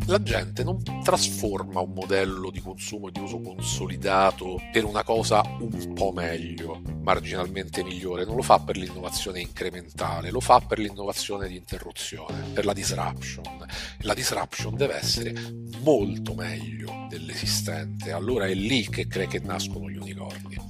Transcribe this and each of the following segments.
la gente non trasforma un modello di consumo e di uso consolidato per una cosa un po' meglio, marginalmente migliore, non lo fa per l'innovazione incrementale, lo fa per l'innovazione di interruzione, per la disruption. La disruption deve essere molto meglio dell'esistente, allora è lì che nascono gli unicorni.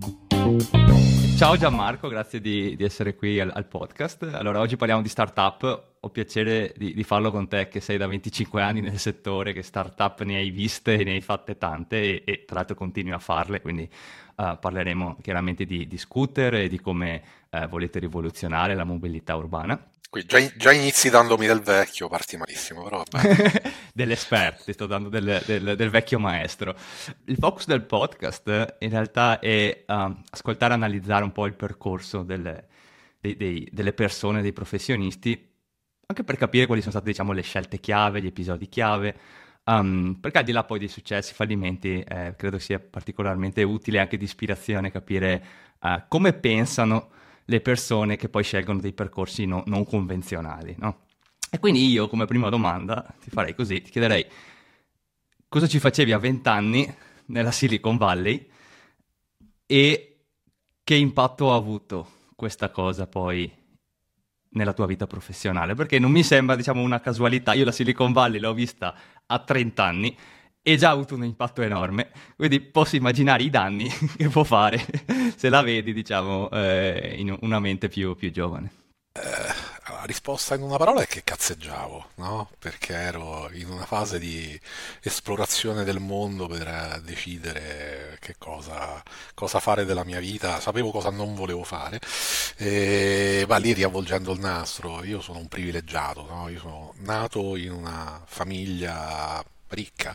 Ciao Gianmarco, grazie di essere qui al podcast. Allora, oggi parliamo di startup. Ho piacere di farlo con te, che sei da 25 anni nel settore, che startup ne hai viste e ne hai fatte tante e tra l'altro continui a farle, quindi parleremo chiaramente di scooter e di come volete rivoluzionare la mobilità urbana. Qui già inizi dandomi del vecchio, parti malissimo, però va bene. Dell'esperto, ti sto dando del vecchio maestro. Il focus del podcast in realtà è ascoltare e analizzare un po' il percorso delle persone, dei professionisti, anche per capire quali sono state, diciamo, le scelte chiave, gli episodi chiave, perché al di là poi dei successi, fallimenti, credo sia particolarmente utile anche di ispirazione capire come pensano le persone che poi scelgono dei percorsi non convenzionali, no? E quindi io, come prima domanda, ti farei così, ti chiederei cosa ci facevi a 20 anni nella Silicon Valley e che impatto ha avuto questa cosa poi nella tua vita professionale? Perché non mi sembra, diciamo, una casualità. Io la Silicon Valley l'ho vista a 30 anni e già ha avuto un impatto enorme, quindi posso immaginare i danni che può fare se la vedi, diciamo, in una mente più giovane. La risposta in una parola è che cazzeggiavo, no? Perché ero in una fase di esplorazione del mondo per decidere cosa fare della mia vita, sapevo cosa non volevo fare, e va lì riavvolgendo il nastro. Io sono un privilegiato, no? Io sono nato in una famiglia ricca.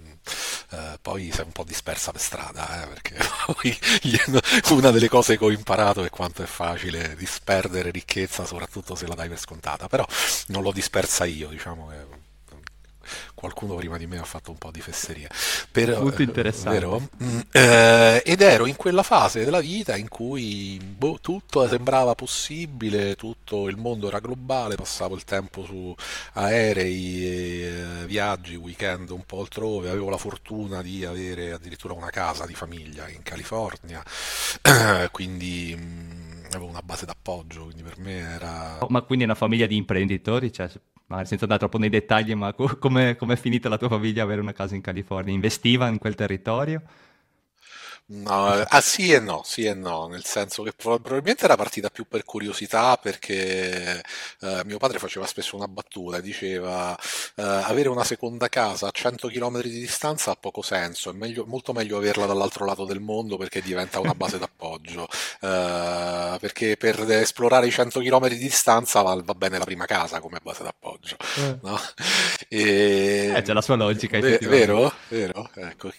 Poi sei un po' dispersa per strada, perché poi una delle cose che ho imparato è quanto è facile disperdere ricchezza, soprattutto se la dai per scontata, però non l'ho dispersa io, diciamo che qualcuno prima di me ha fatto un po' di fesseria. Però, Molto interessante. vero? Ed ero in quella fase della vita in cui tutto sembrava possibile, tutto il mondo era globale, passavo il tempo su aerei, viaggi, weekend un po' altrove, avevo la fortuna di avere addirittura una casa di famiglia in California, quindi avevo una base d'appoggio, quindi per me era. Oh, ma quindi è una famiglia di imprenditori, cioè, magari senza andare troppo nei dettagli, ma come è finita la tua famiglia a avere una casa in California? Investiva in quel territorio? No, sì e no, nel senso che probabilmente era partita più per curiosità perché mio padre faceva spesso una battuta e diceva avere una seconda casa a 100 km di distanza ha poco senso, è molto meglio averla dall'altro lato del mondo perché diventa una base d'appoggio, perché per esplorare i 100 km di distanza va bene la prima casa come base d'appoggio, Eh. no? E, C'è la sua logica, effettivamente. vero? Vero? Ecco,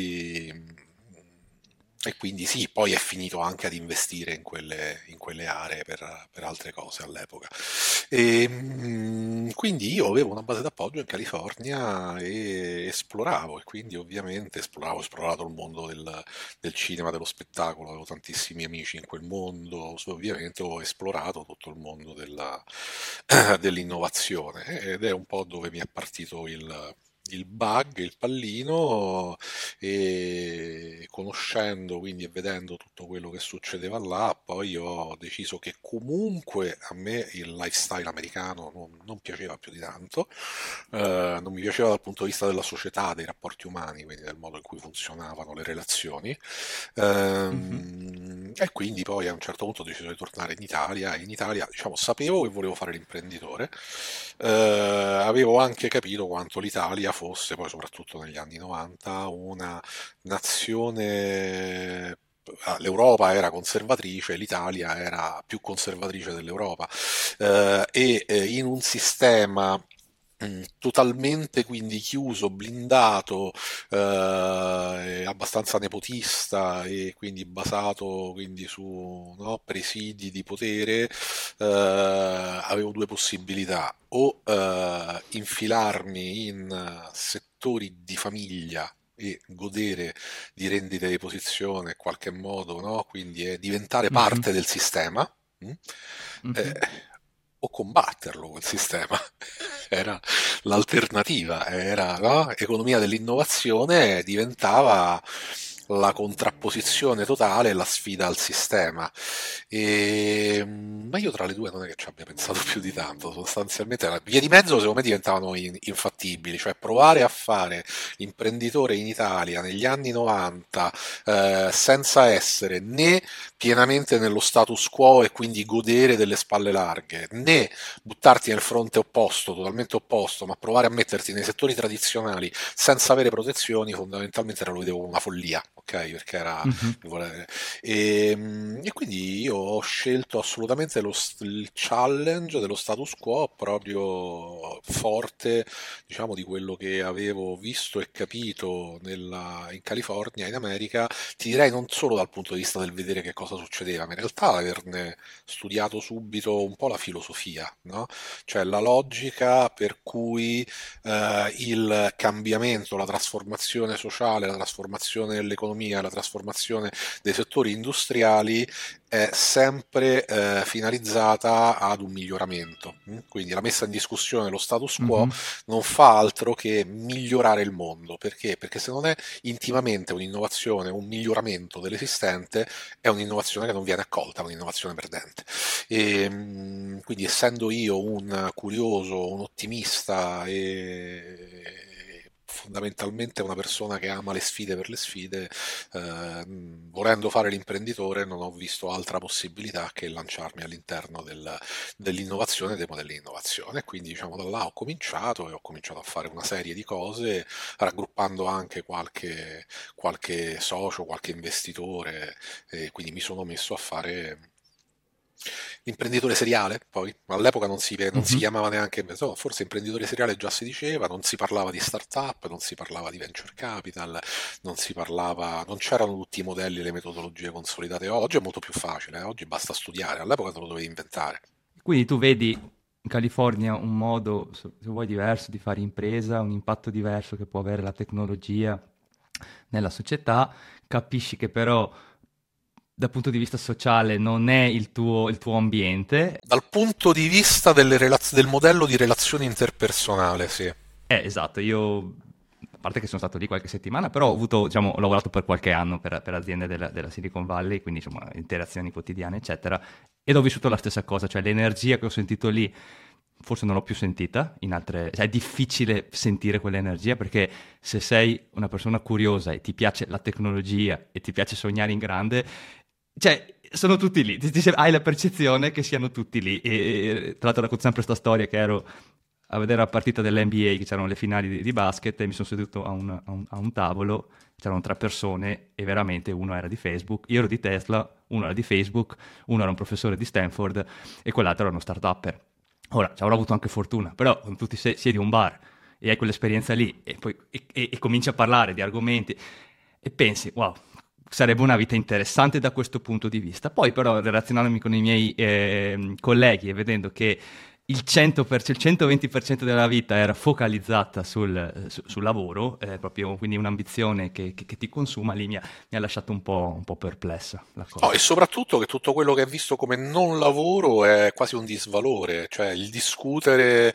e quindi sì, poi è finito anche ad investire in quelle aree per altre cose all'epoca. Quindi io avevo una base d'appoggio in California e esploravo, e quindi ovviamente ho esplorato il mondo del cinema, dello spettacolo, avevo tantissimi amici in quel mondo, ovviamente ho esplorato tutto il mondo dell'innovazione ed è un po' dove mi è partito il bug, il pallino, e conoscendo quindi e vedendo tutto quello che succedeva là, poi ho deciso che comunque a me il lifestyle americano non piaceva più di tanto, non mi piaceva dal punto di vista della società, dei rapporti umani, quindi del modo in cui funzionavano le relazioni. Mhm. E quindi poi a un certo punto ho deciso di tornare in Italia. In Italia, diciamo, sapevo che volevo fare l'imprenditore, avevo anche capito quanto l'Italia fosse, poi soprattutto negli anni 90, una nazione. L'Europa era conservatrice, l'Italia era più conservatrice dell'Europa, e in un sistema totalmente quindi chiuso, blindato, abbastanza nepotista e quindi basato quindi su, no, presidi di potere, avevo due possibilità: o infilarmi in settori di famiglia e godere di rendite di posizione in qualche modo, no? Quindi diventare Mhm. parte del sistema. Mm? Eh, Mhm. o combatterlo quel sistema. Era l'alternativa, era, no? Economia dell'innovazione diventava la contrapposizione totale, la sfida al sistema. Ma io tra le due non è che ci abbia pensato più di tanto, sostanzialmente la via di mezzo secondo me diventavano infattibili, cioè provare a fare l'imprenditore in Italia negli anni 90 senza essere né pienamente nello status quo e quindi godere delle spalle larghe, né buttarti nel fronte opposto, totalmente opposto, ma provare a metterti nei settori tradizionali senza avere protezioni, fondamentalmente lo vedevo una follia, ok? Perché era... Mhm. E quindi io ho scelto assolutamente il challenge dello status quo proprio forte, diciamo, di quello che avevo visto e capito in California, in America, ti direi non solo dal punto di vista del vedere che cosa succedeva, ma in realtà averne studiato subito un po' la filosofia, no? Cioè la logica per cui il cambiamento, la trasformazione sociale, la trasformazione dell'economia, la trasformazione dei settori industriali è sempre finalizzata ad un miglioramento. Quindi la messa in discussione, lo status quo, Mhm. non fa altro che migliorare il mondo. Perché? Perché se non è intimamente un'innovazione, un miglioramento dell'esistente, è un'innovazione che non viene accolta, è un'innovazione perdente. Quindi essendo io un curioso, un ottimista e fondamentalmente una persona che ama le sfide per le sfide, volendo fare l'imprenditore non ho visto altra possibilità che lanciarmi all'interno dell'innovazione e dei modelli di innovazione. Quindi diciamo da là ho cominciato e ho cominciato a fare una serie di cose raggruppando anche qualche socio, qualche investitore, e quindi mi sono messo a fare l'imprenditore seriale. Poi all'epoca non si Mhm. chiamava neanche, no, forse imprenditore seriale già si diceva, non si parlava di startup, non si parlava di venture capital, non c'erano tutti i modelli e le metodologie consolidate. Oggi è molto più facile, oggi basta studiare, all'epoca te lo dovevi inventare. Quindi tu vedi in California un modo, se vuoi, diverso di fare impresa, un impatto diverso che può avere la tecnologia nella società, capisci che però dal punto di vista sociale non è il tuo ambiente. Dal punto di vista del modello di relazione interpersonale, sì. Esatto, io, a parte che sono stato lì qualche settimana, però ho avuto, diciamo, ho lavorato per qualche anno per aziende della Silicon Valley, quindi insomma interazioni quotidiane, eccetera, ed ho vissuto la stessa cosa, cioè l'energia che ho sentito lì, forse non l'ho più sentita in altre, cioè è difficile sentire quell'energia perché se sei una persona curiosa e ti piace la tecnologia e ti piace sognare in grande, cioè sono tutti lì, hai la percezione che siano tutti lì e tra l'altro racconto sempre questa storia che ero a vedere la partita dell'NBA, che c'erano le finali di basket, e mi sono seduto a un tavolo, c'erano 3 persone e veramente uno era di Facebook, io ero di Tesla, uno era di Facebook, uno era un professore di Stanford e quell'altro era uno start-upper. Ora, ci avrò avuto anche fortuna, però quando tu siedi in un bar e hai quell'esperienza lì e poi e cominci a parlare di argomenti e pensi, wow, sarebbe una vita interessante da questo punto di vista. Poi però relazionandomi con i miei colleghi e vedendo che il 100%, il 120% della vita era focalizzata sul lavoro, proprio quindi un'ambizione che ti consuma, lì mi ha lasciato un po' perplessa la No, e cosa. soprattutto che tutto quello che è visto come non lavoro è quasi un disvalore, cioè il discutere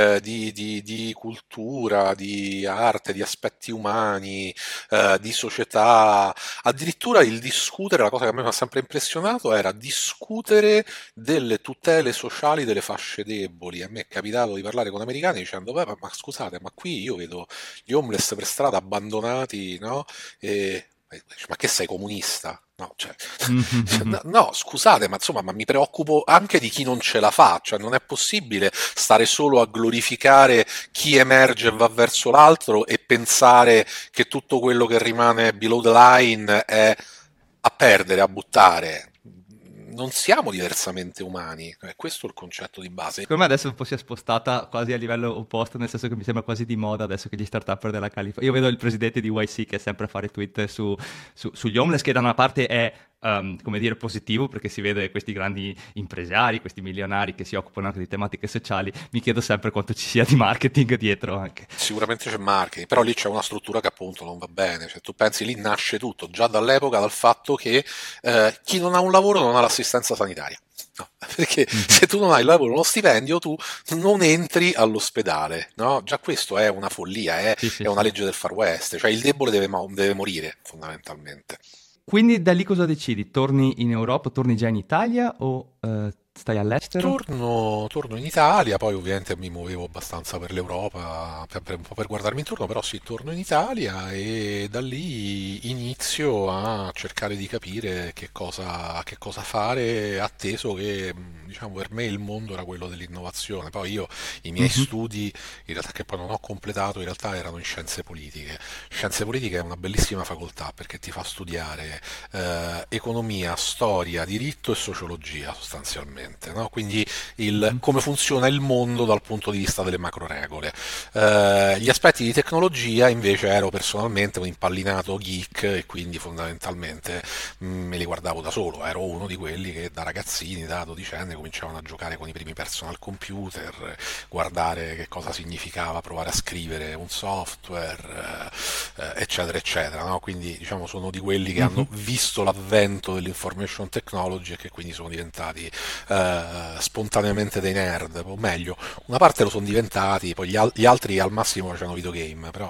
di cultura, di arte, di aspetti umani, di società, addirittura il discutere, la cosa che a me mi ha sempre impressionato era discutere delle tutele sociali delle fasce deboli. A me è capitato di parlare con americani dicendo, "Beh, ma scusate, ma qui io vedo gli homeless per strada abbandonati, no? E dici, ma che sei comunista? No, cioè, no, no, scusate, ma insomma, ma mi preoccupo anche di chi non ce la fa, cioè non è possibile stare solo a glorificare chi emerge e va verso l'altro e pensare che tutto quello che rimane below the line è a perdere, a buttare. Non siamo diversamente umani, è questo il concetto di base. Secondo me adesso un po' si è spostata quasi a livello opposto, nel senso che mi sembra quasi di moda adesso che gli start-upper della California. Io vedo il presidente di YC che è sempre a fare tweet sugli homeless, che da una parte è, come dire, positivo perché si vede questi grandi impresari, questi milionari che si occupano anche di tematiche sociali. Mi chiedo sempre quanto ci sia di marketing dietro anche. Sicuramente c'è marketing, però lì c'è una struttura che appunto non va bene, cioè tu pensi lì nasce tutto, già dall'epoca dal fatto che chi non ha un lavoro non ha l'assistenza sanitaria. No, perché Mhm. se tu non hai il lavoro, uno stipendio, tu non entri all'ospedale, no? Già questo è una follia, Sì, sì, è una sì. legge del Far West, cioè il debole deve morire, fondamentalmente. Quindi da lì cosa decidi? Torni in Europa, torni già in Italia o stai all'estero? Torno in Italia, poi ovviamente mi muovevo abbastanza per l'Europa, un po' per guardarmi intorno, però sì, torno in Italia e da lì inizio a cercare di capire che cosa fare, atteso che, diciamo, per me il mondo era quello dell'innovazione. Poi io, i miei Mhm. studi, in realtà che poi non ho completato, in realtà erano in scienze politiche. Scienze politiche è una bellissima facoltà perché ti fa studiare economia, storia, diritto e sociologia sostanzialmente, no? Quindi Mhm. come funziona il mondo dal punto di vista delle macro regole. Gli aspetti di tecnologia invece ero personalmente un impallinato geek e quindi fondamentalmente me li guardavo da solo, ero uno di quelli che da ragazzini, da dodicenne cominciavano a giocare con i primi personal computer, guardare che cosa significava provare a scrivere un software, eccetera, eccetera. No? Quindi diciamo sono di quelli che hanno Mhm. visto l'avvento dell'information technology e che quindi sono diventati spontaneamente dei nerd, o meglio, una parte lo sono diventati, poi gli altri al massimo facevano videogame, però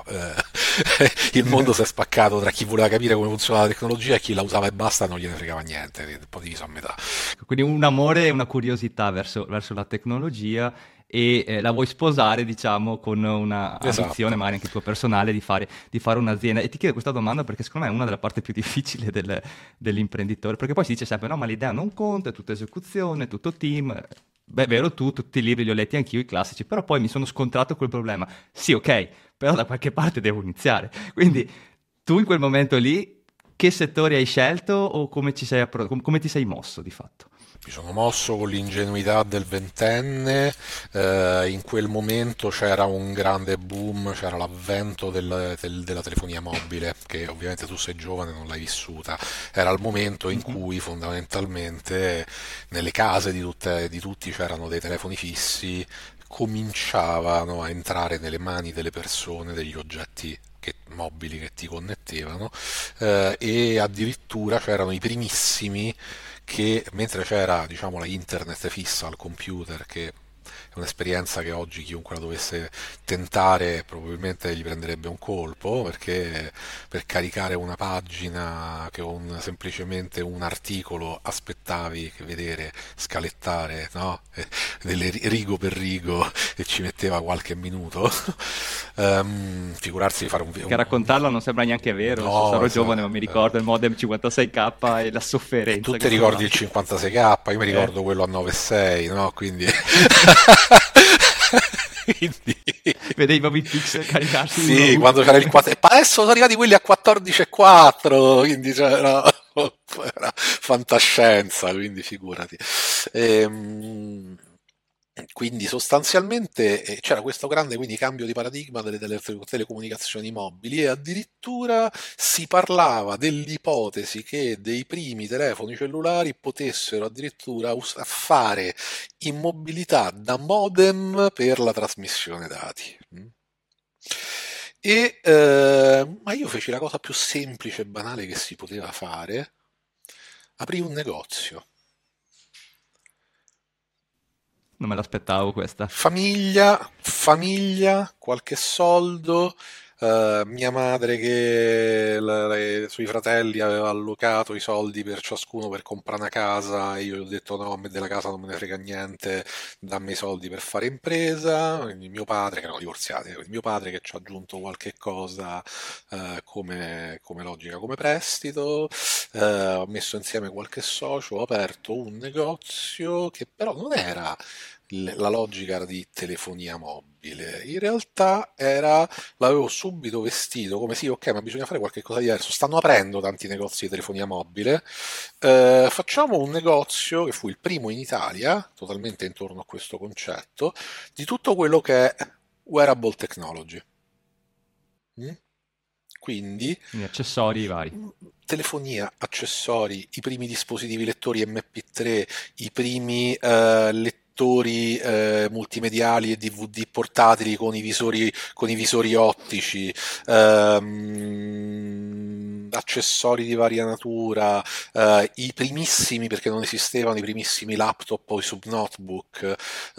il mondo si è spaccato tra chi voleva capire come funziona la tecnologia e chi la usava e basta, non gliene fregava niente, un po' diviso a metà. Quindi un amore e una curiosità verso la tecnologia e la vuoi sposare, diciamo, con una ambizione, Esatto. magari anche tua personale, di fare un'azienda. E ti chiedo questa domanda perché secondo me è una delle parti più difficili dell'imprenditore, perché poi si dice sempre, no, ma l'idea non conta, è tutta esecuzione, è tutto team. Beh, è vero tu, tutti i libri li ho letti anch'io, i classici, però poi mi sono scontrato col problema. Sì, ok, però da qualche parte devo iniziare. Quindi tu in quel momento lì, che settori hai scelto o come ti sei mosso di fatto? Mi sono mosso con l'ingenuità del ventenne, in quel momento c'era un grande boom, c'era l'avvento della telefonia mobile, che ovviamente tu sei giovane e non l'hai vissuta. Era il momento in Mhm. cui fondamentalmente nelle case di tutti c'erano dei telefoni fissi, cominciavano a entrare nelle mani delle persone degli oggetti mobili che ti connettevano e addirittura c'erano i primissimi che mentre c'era diciamo la internet fissa al computer che è un'esperienza che oggi chiunque la dovesse tentare probabilmente gli prenderebbe un colpo perché per caricare una pagina che con semplicemente un articolo aspettavi che vedere scalettare no? Rigo per rigo e ci metteva qualche minuto. Figurarsi di fare Che raccontarlo non sembra neanche vero, adesso no, sarò giovane ma mi ricordo il modem 56K e la e sofferenza tu che ti ricordi il provavi. 56K, io mi Eh, ricordo quello a 9,6, no? Quindi... Quindi... vedevi proprio i pixel caricarsi uno a Sì, uno. quando c'era il 4... E adesso sono arrivati quelli a 14,4, quindi cioè, no, era fantascienza, quindi figurati. Ehm, quindi sostanzialmente c'era questo grande quindi, cambio di paradigma delle telecomunicazioni mobili e addirittura si parlava dell'ipotesi che dei primi telefoni cellulari potessero addirittura fare immobilità da modem per la trasmissione dati. Ma io feci la cosa più semplice e banale che si poteva fare, aprì un negozio. Non me l'aspettavo questa. Famiglia, qualche soldo, mia madre che sui fratelli aveva allocato i soldi per ciascuno per comprare una casa e io gli ho detto no, a me della casa non me ne frega niente, dammi i soldi per fare impresa, quindi mio padre, che erano divorziati, quindi mio padre che ci ha aggiunto qualche cosa come logica, come prestito, ho messo insieme qualche socio, ho aperto un negozio che però non era la logica era di telefonia mobile. In realtà l'avevo subito vestito come sì, ok, ma bisogna fare qualche cosa di diverso. Stanno aprendo tanti negozi di telefonia mobile. Facciamo un negozio che fu il primo in Italia, totalmente intorno a questo concetto, di tutto quello che è wearable technology. Mm? Quindi Quindi accessori vari. telefonia, accessori, i primi dispositivi lettori MP3, i primi lettori multimediali e DVD portatili con i visori ottici, accessori di varia natura, i primissimi, perché non esistevano i primissimi laptop o i subnotebook,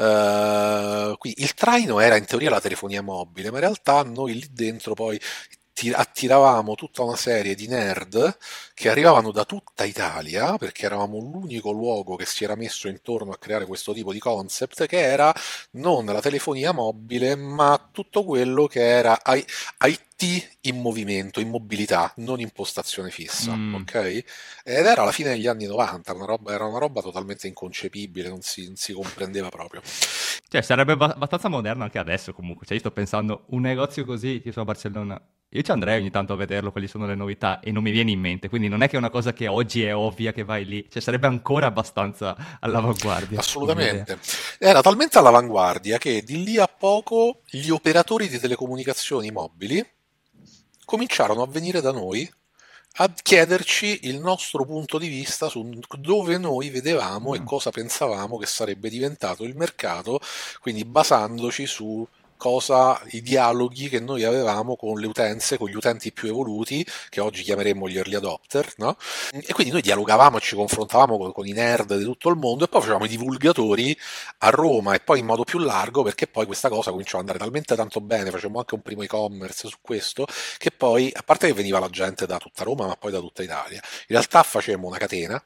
quindi il traino era in teoria la telefonia mobile, ma in realtà noi lì dentro poi attiravamo tutta una serie di nerd che arrivavano da tutta Italia, perché eravamo l'unico luogo che si era messo intorno a creare questo tipo di concept, che era non la telefonia mobile, ma tutto quello che era IT in movimento, in mobilità, non in postazione fissa, Mm. ok? Ed era la fine degli anni 90, era una roba totalmente inconcepibile, non si comprendeva proprio. Cioè, sarebbe abbastanza moderno anche adesso comunque. Cioè, io sto pensando, un negozio così, tipo a Barcellona, io ci andrei ogni tanto a vederlo, quali sono le novità, e non mi viene in mente. Quindi non è che è una cosa che oggi è ovvia che vai lì. Cioè, sarebbe ancora abbastanza all'avanguardia come idea. Assolutamente. Era talmente all'avanguardia che di lì a poco gli operatori di telecomunicazioni mobili cominciarono a venire da noi a chiederci il nostro punto di vista su dove noi vedevamo e Ah. cosa pensavamo che sarebbe diventato il mercato, quindi basandoci su cosa, i dialoghi che noi avevamo con le utenze, con gli utenti più evoluti, che oggi chiameremmo gli early adopter, no? E quindi noi dialogavamo e ci confrontavamo con i nerd di tutto il mondo e poi facevamo i divulgatori a Roma e poi in modo più largo, perché poi questa cosa cominciò ad andare talmente tanto bene, facevamo anche un primo e-commerce su questo, che poi, a parte che veniva la gente da tutta Roma, ma poi da tutta Italia, in realtà facemmo una catena,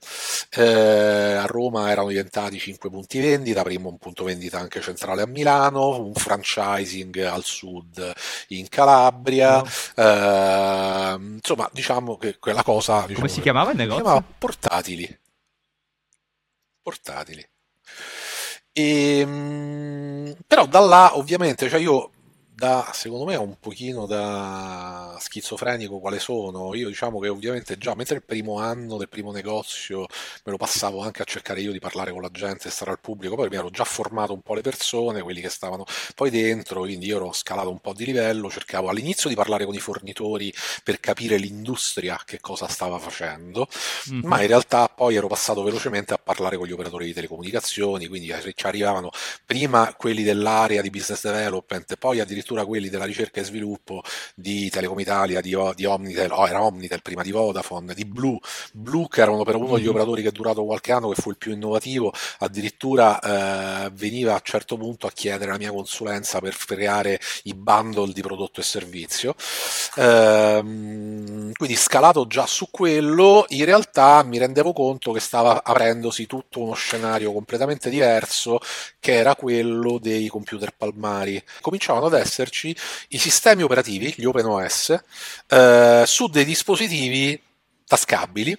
a Roma erano diventati 5 punti vendita, avremmo un punto vendita anche centrale a Milano, un franchising al sud in Calabria, Wow. insomma diciamo che quella cosa Come diciamo, si chiamava il si chiamava negozio? portatili, portatili. E, però da là ovviamente, cioè io secondo me un pochino da schizofrenico quale sono, io diciamo che ovviamente già mentre il primo anno del primo negozio me lo passavo anche a cercare io di parlare con la gente e stare al pubblico, poi mi ero già formato un po' le persone, quelli che stavano poi dentro, quindi io ero scalato un po' di livello, cercavo all'inizio di parlare con i fornitori per capire l'industria che cosa stava facendo, ma Mhm. in realtà poi ero passato velocemente a parlare con gli operatori di telecomunicazioni, quindi ci arrivavano prima quelli dell'area di business development, poi addirittura quelli della ricerca e sviluppo di Telecom Italia, di Omnitel, era Omnitel prima di Vodafone, di Blue che era uno degli Mhm. operatori che è durato qualche anno, che fu il più innovativo, addirittura veniva a un certo punto a chiedere la mia consulenza per creare i bundle di prodotto e servizio. Quindi scalato già su quello, in realtà mi rendevo conto che stava aprendosi tutto uno scenario completamente diverso, che era quello dei computer palmari. Cominciavano ad esserci i sistemi operativi, gli OpenOS, su dei dispositivi tascabili,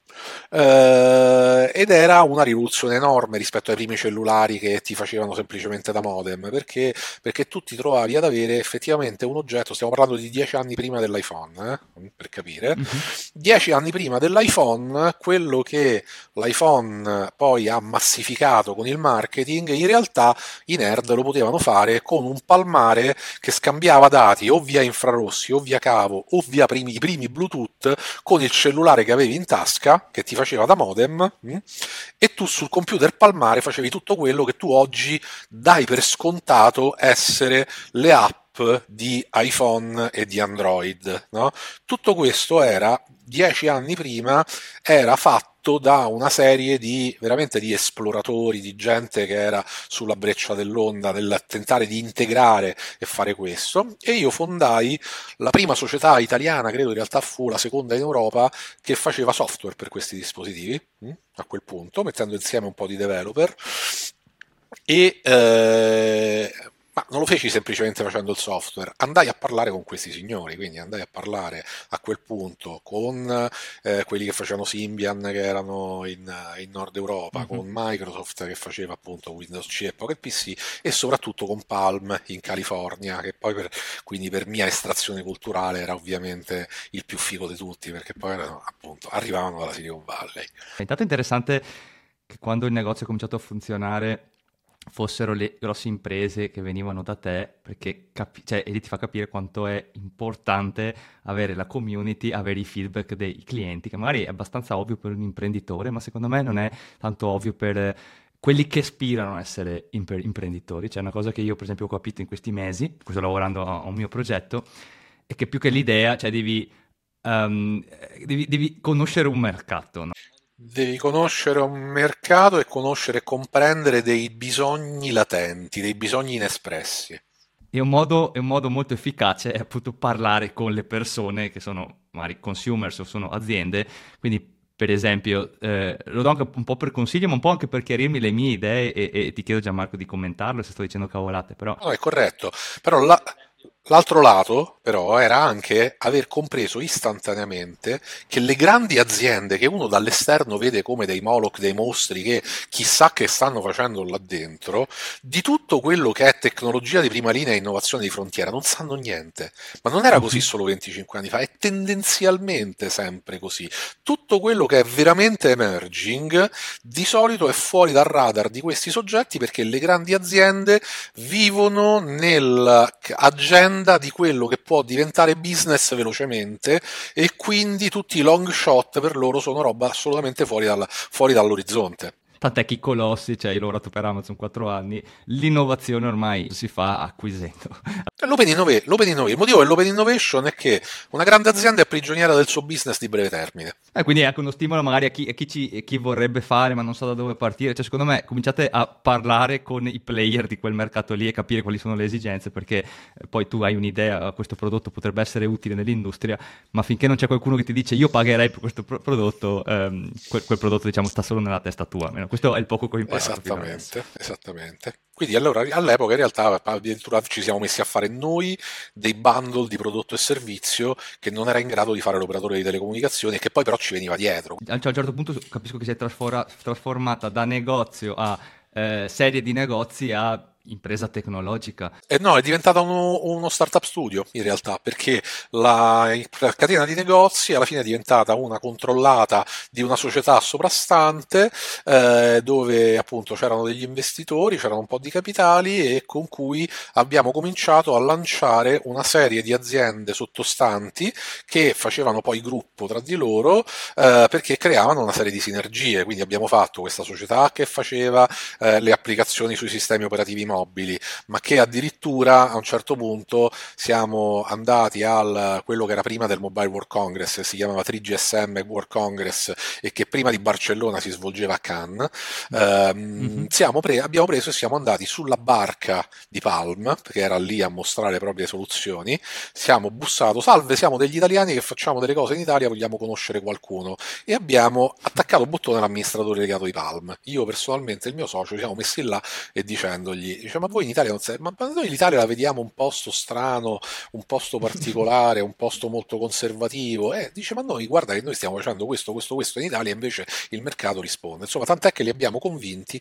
ed era una rivoluzione enorme rispetto ai primi cellulari che ti facevano semplicemente da modem, perché tu ti trovavi ad avere effettivamente un oggetto, stiamo parlando di 10 anni prima dell'iPhone, per capire, Mhm. 10 anni prima dell'iPhone, quello che l'iPhone poi ha massificato con il marketing, in realtà i nerd lo potevano fare con un palmare che scambiava dati o via infrarossi o via cavo o via i primi Bluetooth con il cellulare che avevi in tasca, che ti faceva da modem, e tu sul computer palmare facevi tutto quello che tu oggi dai per scontato essere le app di iPhone e di Android, no? Tutto questo era 10 anni prima, era fatto da una serie di veramente di esploratori, di gente che era sulla breccia dell'onda nel tentare di integrare e fare questo. E io fondai la prima società italiana, credo in realtà fu la seconda in Europa, che faceva software per questi dispositivi, a quel punto, mettendo insieme un po' di developer. E ma non lo feci semplicemente facendo il software, andai a parlare con questi signori, quindi andai a parlare a quel punto con quelli che facevano Symbian, che erano in Nord Europa, Mhm. con Microsoft che faceva appunto Windows C e Pocket PC, e soprattutto con Palm in California, che poi quindi per mia estrazione culturale era ovviamente il più figo di tutti, perché poi appunto arrivavano dalla Silicon Valley. È intanto interessante che quando il negozio ha cominciato a funzionare fossero le grosse imprese che venivano da te, perché cioè, e lì ti fa capire quanto è importante avere la community, avere i feedback dei clienti, che magari è abbastanza ovvio per un imprenditore, ma secondo me non è tanto ovvio per quelli che aspirano a essere imprenditori. C'è una cosa che io, per esempio, ho capito in questi mesi, in cui sto lavorando a un mio progetto, è che più che l'idea, cioè devi ehm, devi conoscere un mercato, no? Devi conoscere un mercato e conoscere e comprendere dei bisogni latenti, dei bisogni inespressi. E un modo molto efficace è appunto parlare con le persone che sono magari consumers o sono aziende, quindi per esempio lo do anche un po' per consiglio, ma un po' anche per chiarirmi le mie idee e ti chiedo Gianmarco di commentarlo se sto dicendo cavolate, però No, è corretto, però l'altro lato però era anche aver compreso istantaneamente che le grandi aziende che uno dall'esterno vede come dei Moloch, dei mostri che chissà che stanno facendo là dentro, di tutto quello che è tecnologia di prima linea e innovazione di frontiera non sanno niente. Ma non era così Mhm. solo 25 anni fa, è tendenzialmente sempre così. Tutto quello che è veramente emerging di solito è fuori dal radar di questi soggetti perché le grandi aziende vivono nell'agenda di quello che può diventare business velocemente e quindi tutti i long shot per loro sono roba assolutamente fuori dall'orizzonte. Tant'è che i colossi, cioè io ho lavorato per Amazon 4 anni, l'innovazione ormai si fa acquisendo. L'open innovation, il motivo dell'open innovation è che una grande azienda è prigioniera del suo business di breve termine. Quindi è anche uno stimolo magari a chi vorrebbe fare ma non sa da dove partire. Cioè, secondo me, cominciate a parlare con i player di quel mercato lì e capire quali sono le esigenze, perché poi tu hai un'idea, questo prodotto potrebbe essere utile nell'industria, ma finché non c'è qualcuno che ti dice io pagherei per questo prodotto, quel prodotto, diciamo, sta solo nella testa tua. Almeno questo è il poco che ho imparato fino adesso. Esattamente, esattamente. Quindi allora all'epoca in realtà addirittura ci siamo messi a fare noi dei bundle di prodotto e servizio che non era in grado di fare l'operatore di telecomunicazioni e che poi però ci veniva dietro. Cioè, a un certo punto capisco che si è trasformata da negozio a serie di negozi a impresa tecnologica. E no, è diventata uno startup studio in realtà, perché la catena di negozi alla fine è diventata una controllata di una società soprastante, dove appunto c'erano degli investitori, c'erano un po' di capitali e con cui abbiamo cominciato a lanciare una serie di aziende sottostanti che facevano poi gruppo tra di loro, perché creavano una serie di sinergie. Quindi abbiamo fatto questa società che faceva le applicazioni sui sistemi operativi mobili, ma che addirittura a un certo punto siamo andati al quello che era prima del Mobile World Congress, si chiamava 3GSM World Congress e che prima di Barcellona si svolgeva a Cannes. Mhm. Abbiamo preso e siamo andati sulla barca di Palm, che era lì a mostrare le proprie soluzioni. Siamo bussato, salve, siamo degli italiani che facciamo delle cose in Italia, vogliamo conoscere qualcuno. E abbiamo attaccato il bottone all'amministratore delegato di Palm. Io personalmente e il mio socio ci siamo messi là e dicendogli, dice, ma voi in Italia non siete, ma noi l'Italia la vediamo un posto strano, un posto particolare, un posto molto conservativo, dice, ma noi guarda che noi stiamo facendo questo in Italia e invece il mercato risponde. Insomma, tant'è che li abbiamo convinti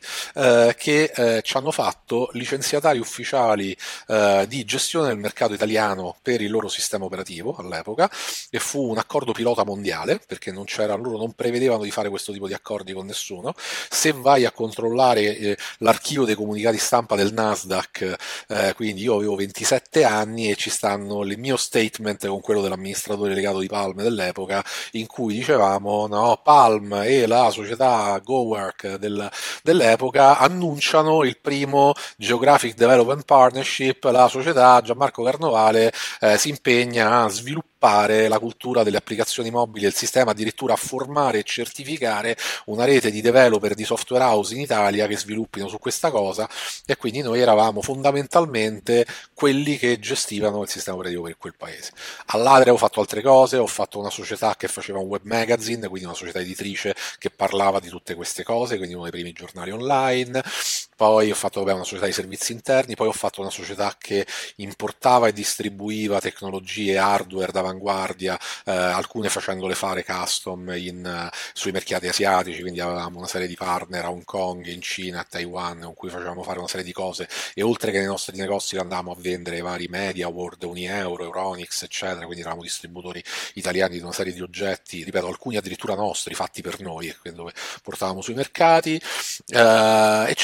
che ci hanno fatto licenziatari ufficiali di gestione del mercato italiano per il loro sistema operativo all'epoca e fu un accordo pilota mondiale perché non c'era, loro non prevedevano di fare questo tipo di accordi con nessuno. Se vai a controllare l'archivio dei comunicati stampa del Nasdaq, quindi io avevo 27 anni e ci stanno il mio statement con quello dell'amministratore delegato di Palm dell'epoca in cui dicevamo no, Palm e la società GoWork dell'epoca annunciano il primo Geographic Development Partnership, la società Gianmarco Carnovale si impegna a sviluppare la cultura delle applicazioni mobili del sistema, addirittura a formare e certificare una rete di developer di software house in Italia che sviluppino su questa cosa e quindi noi eravamo fondamentalmente quelli che gestivano il sistema operativo per quel paese. All'Adria ho fatto altre cose, ho fatto una società che faceva un web magazine, quindi una società editrice che parlava di tutte queste cose, quindi uno dei primi giornali online, poi ho fatto una società di servizi interni, poi ho fatto una società che importava e distribuiva tecnologie hardware d'avanguardia, alcune facendole fare custom sui mercati asiatici, quindi avevamo una serie di partner a Hong Kong, in Cina, a Taiwan, con cui facevamo fare una serie di cose e oltre che nei nostri negozi le andavamo a vendere ai vari Media, World, Unieuro, Euronics, eccetera, quindi eravamo distributori italiani di una serie di oggetti, ripeto, alcuni addirittura nostri, fatti per noi, dove portavamo sui mercati, eccetera, eccetera,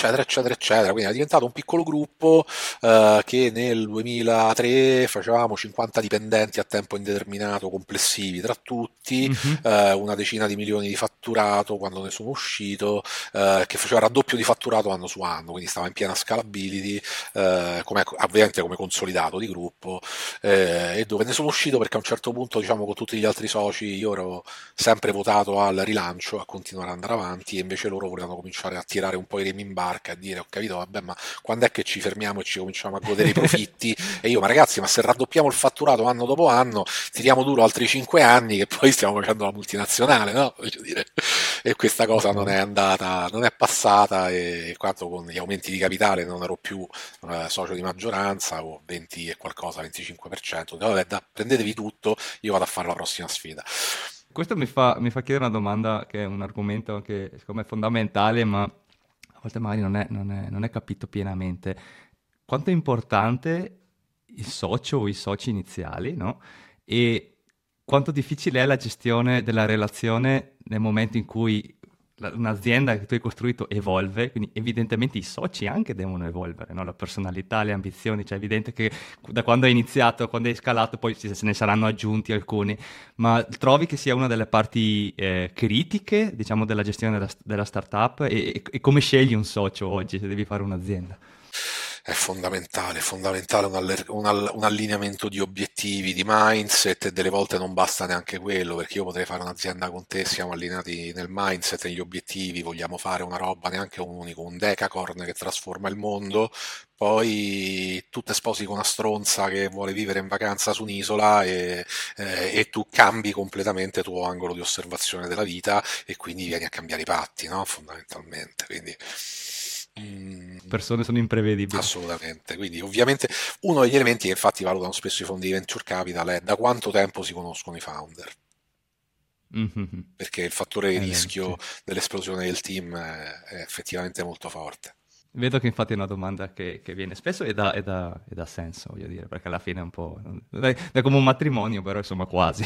eccetera, eccetera. Quindi era diventato un piccolo gruppo che nel 2003 facevamo 50 dipendenti a tempo indeterminato complessivi tra tutti, Mhm. una decina di milioni di fatturato quando ne sono uscito, che faceva raddoppio di fatturato anno su anno, quindi stava in piena scalability, ovviamente come consolidato di gruppo, e dove ne sono uscito perché a un certo punto, diciamo, con tutti gli altri soci, io ero sempre votato al rilancio, a continuare ad andare avanti, e invece loro volevano cominciare a tirare un po' i remi in barca e dire, ho capito, vabbè, ma quando è che ci fermiamo e ci cominciamo a godere i profitti? E io, ma ragazzi, ma se raddoppiamo il fatturato anno dopo anno, tiriamo duro altri 5 anni che poi stiamo facendo la multinazionale, no? Voglio dire. E questa cosa non è Ok. andata, non è passata, e quanto con gli aumenti di capitale non ero più socio di maggioranza, o 20 e qualcosa, 25%. Vabbè, prendetevi tutto, io vado a fare la prossima sfida. Questo mi fa chiedere una domanda che è un argomento che secondo me è fondamentale, ma a volte magari non è capito pienamente. Quanto è importante il socio o i soci iniziali, no? E quanto difficile è la gestione della relazione nel momento in cui un'azienda che tu hai costruito evolve, quindi evidentemente i soci anche devono evolvere, no? La personalità, le ambizioni, cioè è evidente che da quando hai iniziato, quando hai scalato, poi se ne saranno aggiunti alcuni, ma trovi che sia una delle parti critiche, diciamo, della gestione della startup e come scegli un socio oggi se devi fare un'azienda? È fondamentale un allineamento di obiettivi, di mindset, e delle volte non basta neanche quello, perché io potrei fare un'azienda con te, siamo allineati nel mindset, negli obiettivi, vogliamo fare una roba, neanche un unico, un decacorn che trasforma il mondo, poi tu te sposi con una stronza che vuole vivere in vacanza su un'isola, e tu cambi completamente il tuo angolo di osservazione della vita, e quindi vieni a cambiare i patti, no? Fondamentalmente. Quindi, Persone sono imprevedibili. assolutamente. Quindi, ovviamente, uno degli elementi che infatti valutano spesso i fondi di venture capital è da quanto tempo si conoscono i founder, Mhm. perché il fattore di È vero, sì. rischio dell'esplosione del team è effettivamente molto forte. Vedo che infatti è una domanda che viene spesso e dà senso, voglio dire, perché alla fine è un po'... è come un matrimonio, però insomma quasi.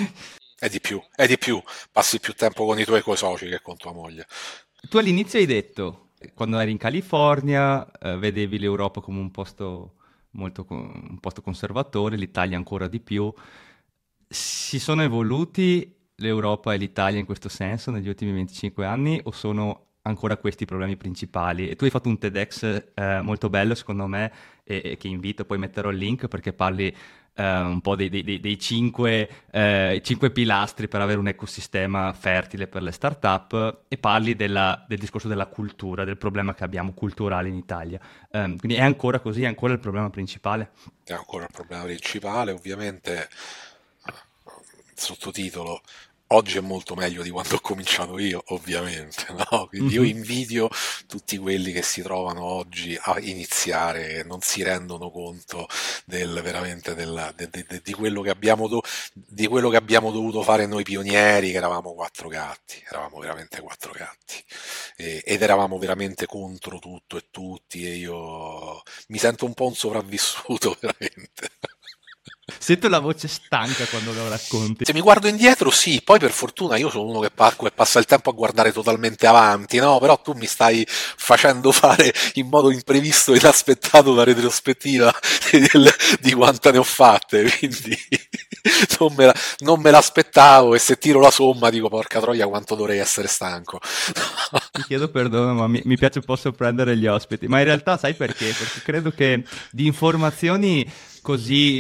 È di più, passi più tempo con i tuoi coesoci che con tua moglie. Tu all'inizio hai detto, quando eri in California, vedevi l'Europa come un posto un posto conservatore, l'Italia ancora di più. Si sono evoluti l'Europa e l'Italia in questo senso negli ultimi 25 anni o sono ancora questi i problemi principali? E tu hai fatto un TEDx molto bello, secondo me, e che invito, poi metterò il link perché parli un po' dei cinque pilastri per avere un ecosistema fertile per le startup e parli del discorso della cultura, del problema che abbiamo culturale in Italia. Quindi è ancora così, è ancora il problema principale. È ancora il problema principale, ovviamente. Sottotitolo: oggi è molto meglio di quando ho cominciato io, ovviamente, no? Quindi io Mhm. invidio tutti quelli che si trovano oggi a iniziare e non si rendono conto veramente di quello che di quello che abbiamo dovuto fare noi pionieri, che eravamo quattro gatti, eravamo veramente quattro gatti, ed eravamo veramente contro tutto e tutti, e io mi sento un po' un sopravvissuto, veramente. Sento la voce stanca quando lo racconti. Se mi guardo indietro, sì, poi per fortuna io sono uno che parco e passa il tempo a guardare totalmente avanti, no? Però tu mi stai facendo fare in modo imprevisto e inaspettato una retrospettiva di quante ne ho fatte, quindi non me l'aspettavo, e se tiro la somma dico, porca troia, quanto dovrei essere stanco. Ti chiedo perdono, ma mi piace un po' sorprendere gli ospiti. Ma in realtà sai perché? Perché credo che di informazioni così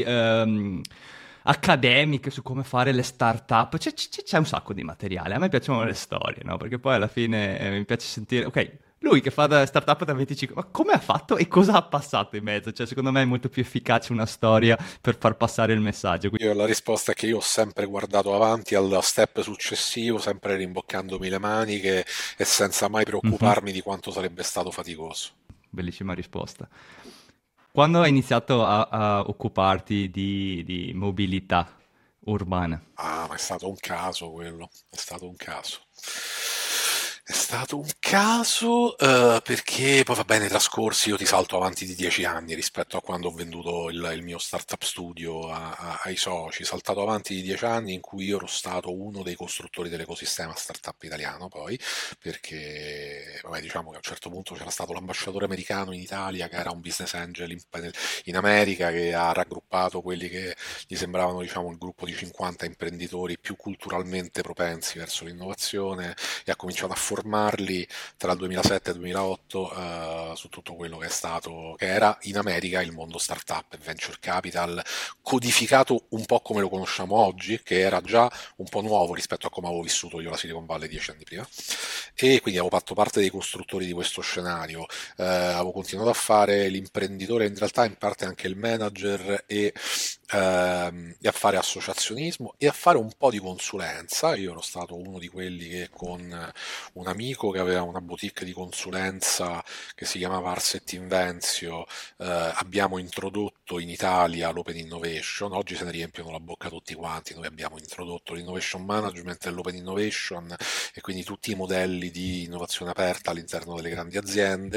accademiche su come fare le start-up c'è un sacco di materiale. A me piacciono le storie, no? Perché poi alla fine mi piace sentire, ok, lui che fa da startup da 25, ma come ha fatto e cosa ha passato in mezzo? Cioè, secondo me è molto più efficace una storia per far passare il messaggio. Io la risposta è che io ho sempre guardato avanti al step successivo, sempre rimboccandomi le maniche e senza mai Mhm. preoccuparmi di quanto sarebbe stato faticoso. Bellissima risposta. Quando hai iniziato a occuparti di mobilità urbana? Ah, ma è stato un caso quello, è stato un caso. È stato un caso, perché poi va bene, trascorsi, io ti salto avanti di 10 anni rispetto a quando ho venduto il mio startup studio ai soci, saltato avanti di 10 anni in cui io ero stato uno dei costruttori dell'ecosistema startup italiano, poi, perché, vabbè, diciamo che a un certo punto c'era stato l'ambasciatore americano in Italia, che era un business angel in America, che ha raggruppato quelli che gli sembravano, diciamo, il gruppo di 50 imprenditori più culturalmente propensi verso l'innovazione e ha cominciato a formarli tra il 2007 e il 2008 su tutto quello che è stato, che era in America il mondo startup e venture capital, codificato un po' come lo conosciamo oggi, che era già un po' nuovo rispetto a come avevo vissuto io la Silicon Valley 10 anni prima. E quindi avevo fatto parte dei costruttori di questo scenario, avevo continuato a fare l'imprenditore, in realtà in parte anche il manager e a fare associazionismo e a fare un po' di consulenza. Io ero stato uno di quelli che con un amico che aveva una boutique di consulenza che si chiamava Arset Invenzio, abbiamo introdotto in Italia l'Open Innovation. Oggi se ne riempiono la bocca tutti quanti. Noi abbiamo introdotto l'Innovation Management e l'Open Innovation e quindi tutti i modelli di innovazione aperta all'interno delle grandi aziende.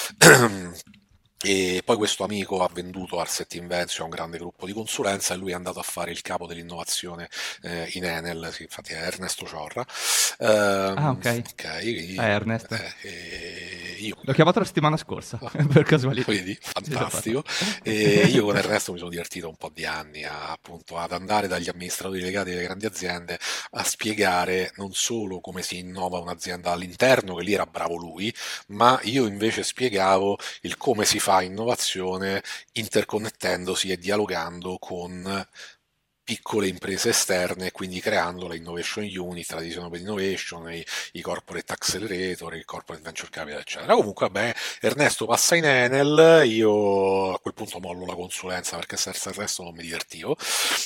E poi questo amico ha venduto Arset Invention a un grande gruppo di consulenza e lui è andato a fare il capo dell'innovazione in Enel, sì, infatti è Ernesto Ciorra. Ah, ok. Ok, quindi Ernest. io L'ho chiamato la settimana scorsa, ah, per casualità. vedi, Sì, l'ho fantastico. parlato. E io con Ernesto mi sono divertito un po' di anni appunto ad andare dagli amministratori delegati delle grandi aziende a spiegare non solo come si innova un'azienda all'interno, che lì era bravo lui, ma io invece spiegavo il come si fa innovazione interconnettendosi e dialogando con piccole imprese esterne, quindi creando la Innovation Unit, la Divisione Open Innovation, i Corporate Accelerator, il Corporate Venture Capital, eccetera. Comunque, vabbè, Ernesto passa in Enel, io a quel punto mollo la consulenza perché senza il resto non mi divertivo.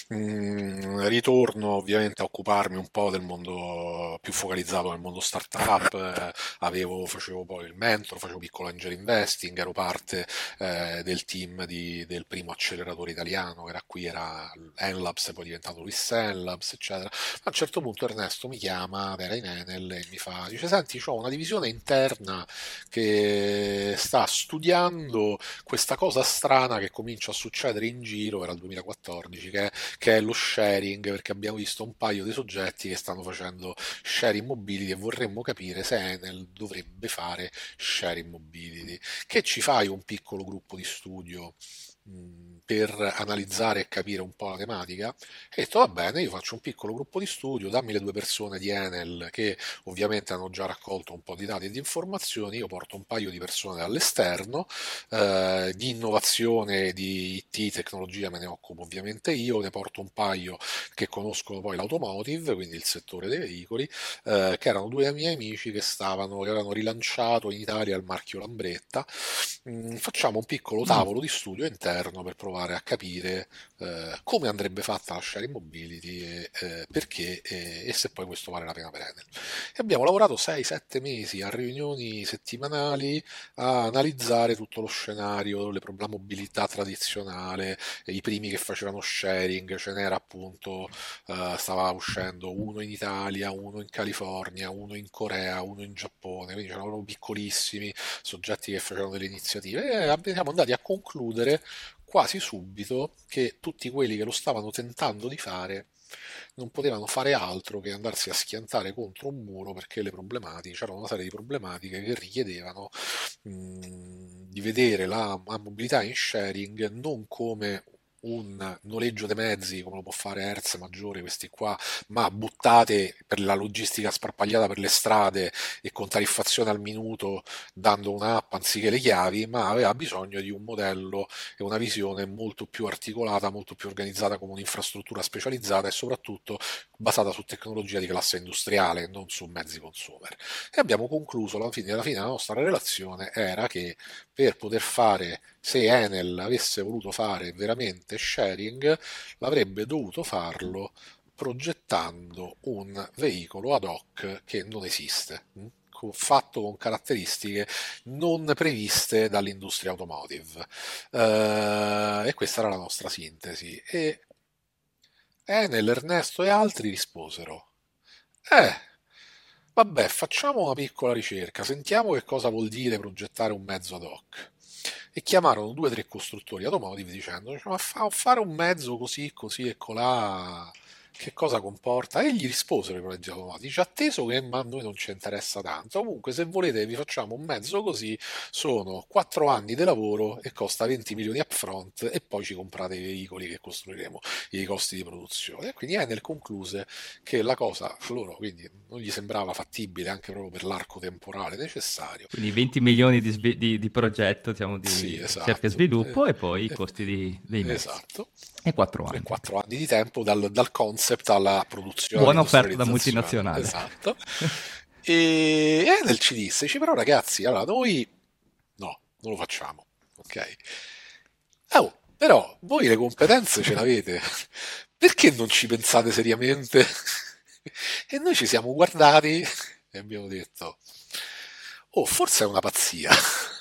Ritorno ovviamente a occuparmi un po' del mondo più focalizzato nel mondo startup, facevo poi il mentor, facevo piccolo angel investing, ero parte del team del primo acceleratore italiano che era qui, era Enlabs, poi è diventato Luis Enlabs, eccetera. A un certo punto Ernesto mi chiama, era in Enel, e mi fa, dice, senti, ho una divisione interna che sta studiando questa cosa strana che comincia a succedere in giro, era il 2014, che è lo sharing, perché abbiamo visto un paio di soggetti che stanno facendo sharing mobility e vorremmo capire se Enel dovrebbe fare sharing mobility. Che ci fai un piccolo gruppo di studio per analizzare e capire un po' la tematica? E ho detto va bene, io faccio un piccolo gruppo di studio, dammi le 2 persone di Enel che ovviamente hanno già raccolto un po' di dati e di informazioni, io porto un paio di persone dall'esterno, di innovazione, di IT, tecnologia me ne occupo ovviamente io, ne porto un paio che conoscono poi l'automotive, quindi il settore dei veicoli, che erano due miei amici che avevano rilanciato in Italia il marchio Lambretta. Facciamo un piccolo Mm. tavolo di studio interno per provare a capire come andrebbe fatta la sharing mobility e perché e se poi questo vale la pena per Enel. E abbiamo lavorato 6-7 mesi a riunioni settimanali a analizzare tutto lo scenario, la mobilità tradizionale, i primi che facevano sharing, ce n'era appunto, stava uscendo uno in Italia, uno in California, uno in Corea, uno in Giappone, quindi c'erano proprio piccolissimi soggetti che facevano delle iniziative e siamo andati a concludere quasi subito che tutti quelli che lo stavano tentando di fare non potevano fare altro che andarsi a schiantare contro un muro perché c'erano una serie di problematiche che richiedevano di vedere la mobilità in sharing non come un noleggio dei mezzi come lo può fare Hertz Maggiore, questi qua, ma buttate per la logistica sparpagliata per le strade e con tariffazione al minuto dando un'app anziché le chiavi, ma aveva bisogno di un modello e una visione molto più articolata, molto più organizzata come un'infrastruttura specializzata e soprattutto basata su tecnologia di classe industriale, non su mezzi consumer. E abbiamo concluso, alla fine la nostra relazione era che per poter fare, se Enel avesse voluto fare veramente sharing, l'avrebbe dovuto farlo progettando un veicolo ad hoc che non esiste, fatto con caratteristiche non previste dall'industria automotive. E questa era la nostra sintesi. E Enel, Ernesto e altri risposero: Eh, vabbè, facciamo una piccola ricerca, sentiamo che cosa vuol dire progettare un mezzo ad hoc. E chiamarono due o tre costruttori automotive dicendo, cioè, ma fare un mezzo così, così e colà, che cosa comporta? E gli risposero i progetti automatici, atteso che ma a noi non ci interessa tanto, comunque se volete vi facciamo un mezzo così, sono 4 anni di lavoro e costa 20 milioni upfront e poi ci comprate i veicoli che costruiremo, i costi di produzione. E quindi Enel concluse che la cosa a loro quindi non gli sembrava fattibile anche proprio per l'arco temporale necessario. Quindi 20 milioni di progetto, diciamo, Sì, di ricerca e esatto, sviluppo e poi i costi dei mezzi. esatto. E 4 E anni. 4 anni di tempo dal concept alla produzione, Buona offerta da all'industrializzazione. multinazionale. Esatto. E Enel ci disse, però ragazzi, allora noi no, non lo facciamo, ok? Oh, però voi le competenze ce l'avete, perché non ci pensate seriamente? E noi ci siamo guardati e abbiamo detto, oh, forse è una pazzia.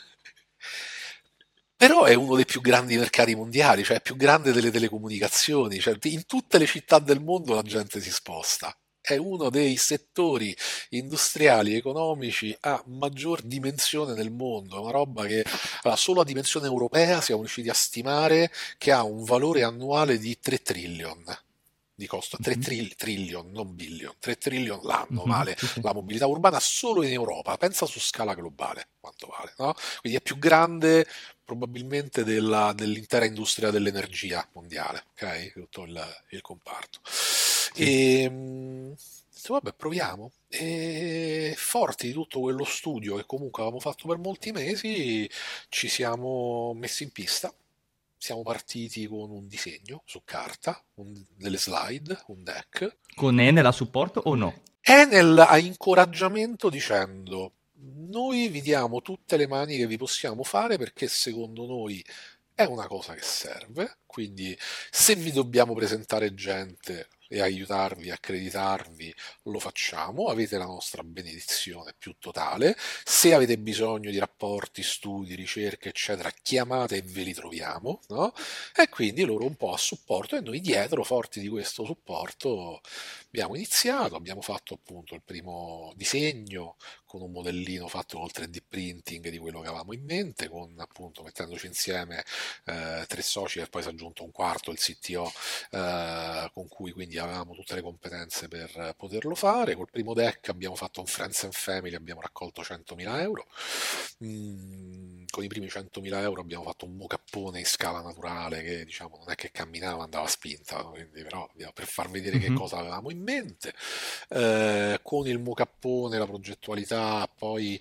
Però è uno dei più grandi mercati mondiali, cioè è più grande delle telecomunicazioni, cioè in tutte le città del mondo la gente si sposta. È uno dei settori industriali e economici a maggior dimensione nel mondo, è una roba che allora, solo a dimensione europea siamo riusciti a stimare che ha un valore annuale di 3 trillion di costo, 3 Mhm, trillion, non billion, 3 trillion l'anno mhm, vale sì, sì. la mobilità urbana solo in Europa, pensa su scala globale quanto vale, no? Quindi è più grande probabilmente dell'intera industria dell'energia mondiale, ok? Tutto il comparto. Sì. E vabbè, proviamo. E forti di tutto quello studio che comunque avevamo fatto per molti mesi, ci siamo messi in pista. Siamo partiti con un disegno su carta, delle slide, un deck. Con Enel a supporto o no? Enel ha incoraggiamento dicendo noi vi diamo tutte le mani che vi possiamo fare perché secondo noi è una cosa che serve, quindi se vi dobbiamo presentare gente e aiutarvi, accreditarvi, lo facciamo, avete la nostra benedizione più totale, se avete bisogno di rapporti, studi, ricerche, eccetera, chiamate e ve li troviamo, no? E quindi loro un po' a supporto e noi dietro, forti di questo supporto, abbiamo iniziato, abbiamo fatto appunto il primo disegno con un modellino fatto col 3D printing di quello che avevamo in mente, con appunto mettendoci insieme tre soci e poi si è aggiunto un quarto, il CTO, con cui quindi avevamo tutte le competenze per poterlo fare. Col primo deck abbiamo fatto un Friends and Family, abbiamo raccolto 100.000 euro. Con i primi 100.000 euro abbiamo fatto un mocappone in scala naturale che diciamo non è che camminava, andava spinta, quindi, però per far vedere che Mhm, cosa avevamo in mente. Con il mocappone, la progettualità, poi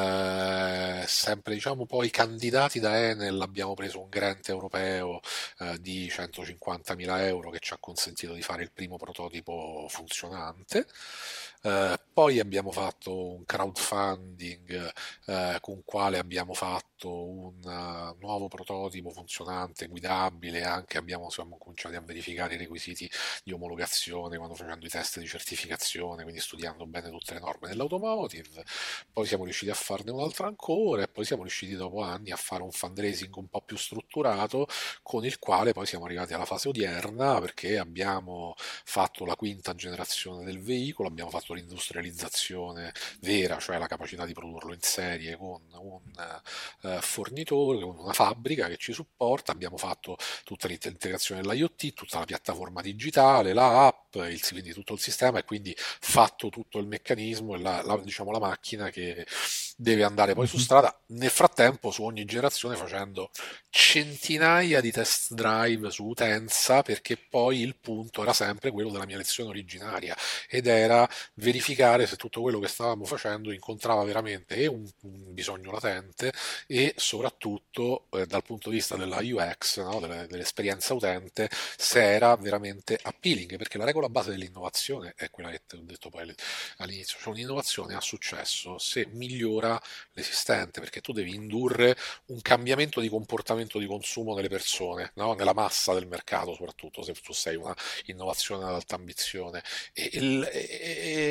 sempre diciamo poi candidati da Enel abbiamo preso un grant europeo di 150.000 euro che ci ha consentito di fare il primo prototipo funzionante. Poi abbiamo fatto un crowdfunding con quale abbiamo fatto un nuovo prototipo funzionante, guidabile, anche siamo cominciati a verificare i requisiti di omologazione quando facendo i test di certificazione, quindi studiando bene tutte le norme dell'automotive. Poi siamo riusciti a farne un'altra ancora e poi siamo riusciti dopo anni a fare un fundraising un po' più strutturato con il quale poi siamo arrivati alla fase odierna perché abbiamo fatto la quinta generazione del veicolo, abbiamo fatto l'industrializzazione vera, cioè la capacità di produrlo in serie con un fornitore, con una fabbrica che ci supporta, abbiamo fatto tutta l'integrazione dell'IoT, tutta la piattaforma digitale, la app, quindi tutto il sistema e quindi fatto tutto il meccanismo e diciamo, la macchina che deve andare poi su mhm. strada, nel frattempo su ogni generazione facendo centinaia di test drive su utenza perché poi il punto era sempre quello della mia lezione originaria ed era verificare se tutto quello che stavamo facendo incontrava veramente un bisogno latente e soprattutto dal punto di vista della UX, no, dell'esperienza utente, se era veramente appealing, perché la regola base dell'innovazione è quella che ti ho detto poi all'inizio, cioè un'innovazione ha successo se migliora l'esistente, perché tu devi indurre un cambiamento di comportamento di consumo nelle persone, no? Nella massa del mercato, soprattutto se tu sei una innovazione ad alta ambizione. E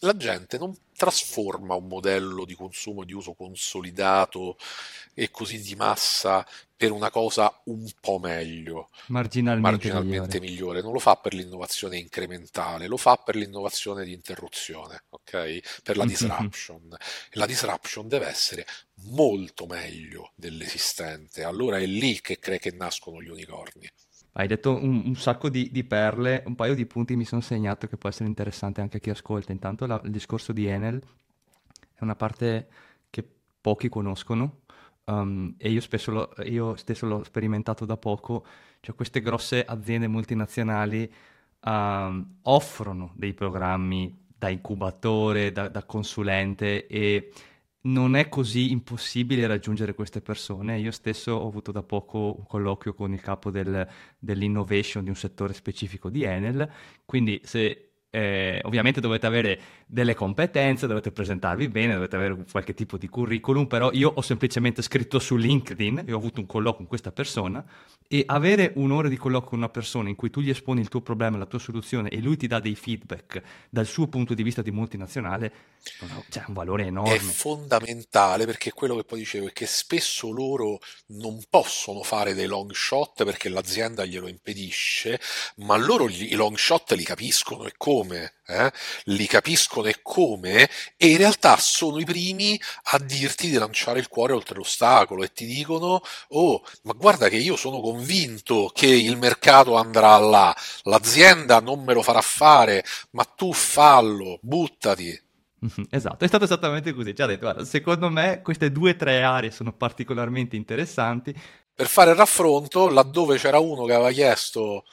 la gente non trasforma un modello di consumo e di uso consolidato e così di massa per una cosa un po' meglio, Marginalmente marginalmente migliore. migliore, non lo fa per l'innovazione incrementale, lo fa per l'innovazione di interruzione, ok? Per la disruption. E la disruption deve essere molto meglio dell'esistente. Allora è lì che nascono gli unicorni. Hai detto un sacco di perle, un paio di punti mi sono segnato che può essere interessante anche a chi ascolta. Intanto il discorso di Enel è una parte che pochi conoscono, e io stesso l'ho sperimentato da poco, cioè queste grosse aziende multinazionali offrono dei programmi da incubatore, da consulente e non è così impossibile raggiungere queste persone. Io stesso ho avuto da poco un colloquio con il capo dell'innovation di un settore specifico di Enel, quindi se ovviamente dovete avere delle competenze, dovete presentarvi bene, dovete avere qualche tipo di curriculum, però io ho semplicemente scritto su LinkedIn e ho avuto un colloquio con questa persona e avere un'ora di colloquio con una persona in cui tu gli esponi il tuo problema, la tua soluzione e lui ti dà dei feedback dal suo punto di vista di multinazionale, c'è un valore È enorme. fondamentale perché quello che poi dicevo è che spesso loro non possono fare dei long shot perché l'azienda glielo impedisce, ma loro i long shot li capiscono e come, li capiscono e come, e in realtà sono i primi a dirti di lanciare il cuore oltre l'ostacolo e ti dicono: Oh, ma guarda che io sono convinto che il mercato andrà là, l'azienda non me lo farà fare, ma tu fallo, buttati. Esatto, è stato esattamente così. Ci ha detto, guarda, secondo me queste due o tre aree sono particolarmente interessanti. Per fare il raffronto, laddove c'era uno che aveva chiesto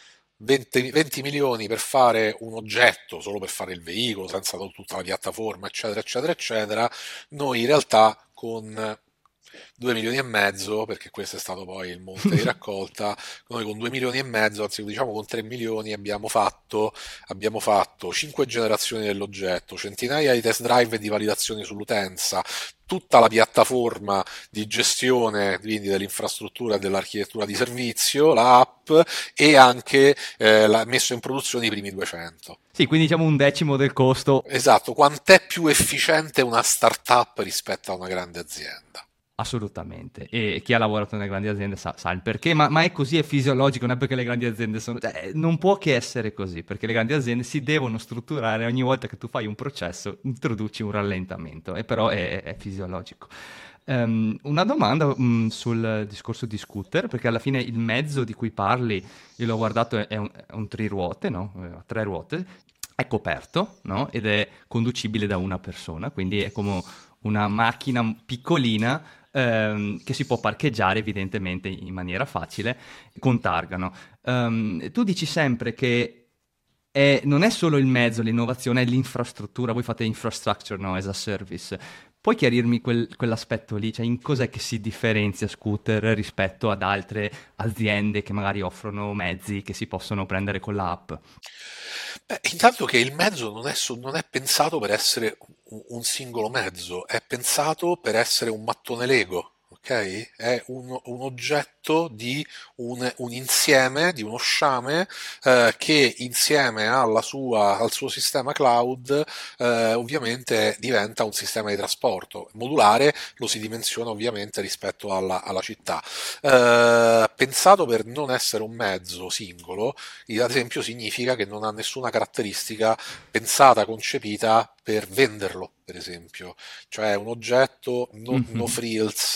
20 milioni per fare un oggetto, solo per fare il veicolo, senza tutta la piattaforma, eccetera, eccetera, eccetera, noi in realtà con 2 milioni e mezzo, perché questo è stato poi il monte di raccolta, noi con 2 milioni e mezzo, anzi diciamo con 3 milioni, abbiamo fatto 5 generazioni dell'oggetto, centinaia di test drive e di validazioni sull'utenza, tutta la piattaforma di gestione quindi dell'infrastruttura e dell'architettura di servizio, l'app, e anche messo in produzione i primi 200. Sì, quindi diciamo un decimo del costo. Esatto, quant'è più efficiente una startup rispetto a una grande azienda? Assolutamente, e chi ha lavorato nelle grandi aziende sa il perché, ma è così, è fisiologico, non è perché le grandi aziende sono... cioè, non può che essere così, perché le grandi aziende si devono strutturare, ogni volta che tu fai un processo introduci un rallentamento, e però è fisiologico. Una domanda sul discorso di scooter, perché alla fine il mezzo di cui parli, io l'ho guardato, è un triruote, no? A tre ruote, è coperto, no? Ed è conducibile da una persona, quindi è come una macchina piccolina che si può parcheggiare evidentemente in maniera facile con targano. Tu dici sempre che non è solo il mezzo, l'innovazione, è l'infrastruttura, voi fate infrastructure, no, as a service. Puoi chiarirmi quell'aspetto lì, cioè in cos'è che si differenzia Scooter rispetto ad altre aziende che magari offrono mezzi che si possono prendere con l'app? Beh, intanto che il mezzo non è pensato per essere un singolo mezzo, è pensato per essere un mattone Lego, ok? È un oggetto di un insieme, di uno sciame, che insieme al suo sistema cloud, ovviamente diventa un sistema di trasporto. Modulare lo si dimensiona ovviamente rispetto alla città. Pensato per non essere un mezzo singolo, ad esempio significa che non ha nessuna caratteristica pensata, concepita per venderlo, per esempio, cioè un oggetto no Mhm. frills,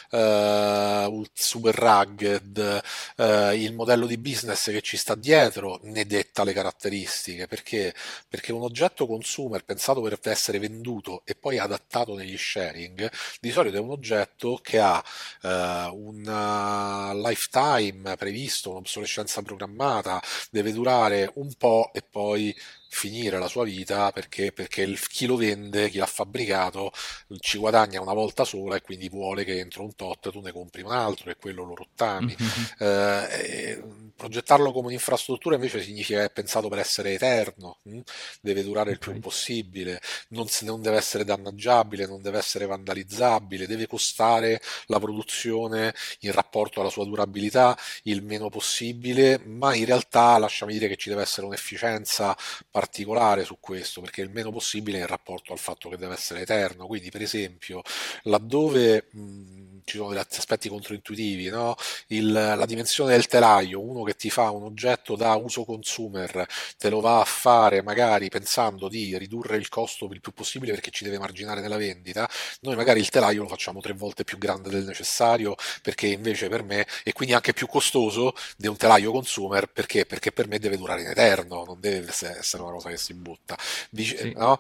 super rugged, il modello di business che ci sta dietro ne detta le caratteristiche, perché un oggetto consumer pensato per essere venduto e poi adattato negli sharing, di solito è un oggetto che ha un lifetime previsto, un'obsolescenza programmata, deve durare un po' e poi finire la sua vita perché chi lo vende, chi l'ha fabbricato, ci guadagna una volta sola e quindi vuole che entro un tot tu ne compri un altro e quello lo rottami. Mhm. Progettarlo come un'infrastruttura invece significa che è pensato per essere eterno, deve durare il Ok. più possibile, non deve essere danneggiabile, non deve essere vandalizzabile, deve costare la produzione in rapporto alla sua durabilità il meno possibile, ma in realtà lasciami dire che ci deve essere un'efficienza particolare su questo, perché il meno possibile in rapporto al fatto che deve essere eterno. Quindi, per esempio, laddove ci sono degli aspetti controintuitivi, no? La dimensione del telaio, uno che ti fa un oggetto da uso consumer, te lo va a fare magari pensando di ridurre il costo il più possibile perché ci deve marginare nella vendita, noi magari il telaio lo facciamo 3 volte più grande del necessario perché invece per me, e quindi anche più costoso di un telaio consumer, perché per me deve durare in eterno, non deve essere una cosa che si butta. Sì. No?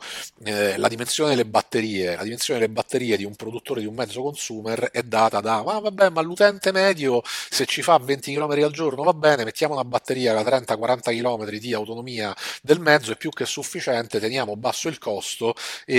La dimensione delle batterie di un produttore di un mezzo consumer è data da, ma vabbè, ma l'utente medio se ci fa 20 km al giorno va bene, mettiamo una batteria da 30-40 km di autonomia del mezzo, è più che sufficiente, teniamo basso il costo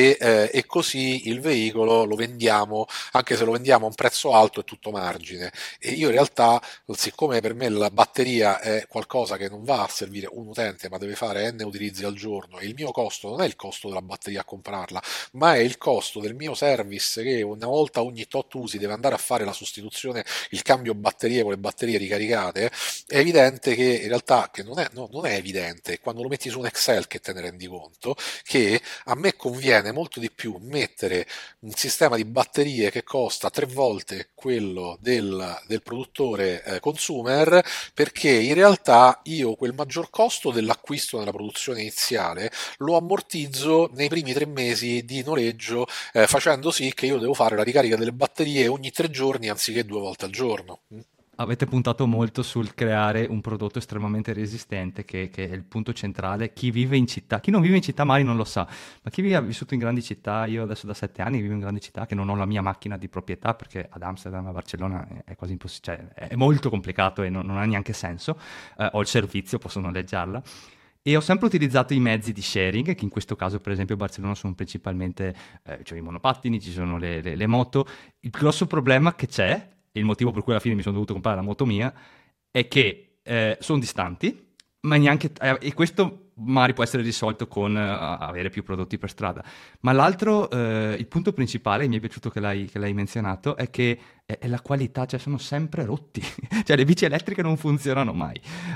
e così il veicolo lo vendiamo, anche se lo vendiamo a un prezzo alto è tutto margine. E io in realtà, siccome per me la batteria è qualcosa che non va a servire un utente, ma deve fare n utilizzi al giorno, e il mio costo non è il costo della batteria a comprarla, ma è il costo del mio service che una volta ogni tot usi deve andare a fare la sostituzione, il cambio batterie con le batterie ricaricate, è evidente che in realtà, che non è, no, non è evidente, quando lo metti su un Excel che te ne rendi conto, che a me conviene molto di più mettere un sistema di batterie che costa 3 volte quello del produttore consumer, perché in realtà io quel maggior costo dell'acquisto nella produzione iniziale lo ammortizzo nei primi 3 mesi di noleggio, facendo sì che io devo fare la ricarica delle batterie ogni 3 giorni anziché 2 volte al giorno. Avete puntato molto sul creare un prodotto estremamente resistente, che è il punto centrale. Chi vive in città, chi non vive in città magari non lo sa, ma chi vive, ha vissuto in grandi città, io adesso da 7 anni vivo in grandi città, che non ho la mia macchina di proprietà, perché ad Amsterdam, a Barcellona è quasi impossibile, cioè è molto complicato e non ha neanche senso. Ho il servizio, posso noleggiarla. E ho sempre utilizzato i mezzi di sharing, che in questo caso, per esempio, a Barcellona sono principalmente cioè i monopattini, ci sono le moto. Il grosso problema che c'è, e il motivo per cui alla fine mi sono dovuto comprare la moto mia, è che sono distanti, ma neanche, e questo magari può essere risolto con avere più prodotti per strada. Ma l'altro, il punto principale, mi è piaciuto che l'hai menzionato, è che è la qualità, cioè sono sempre rotti. Cioè le bici elettriche non funzionano mai.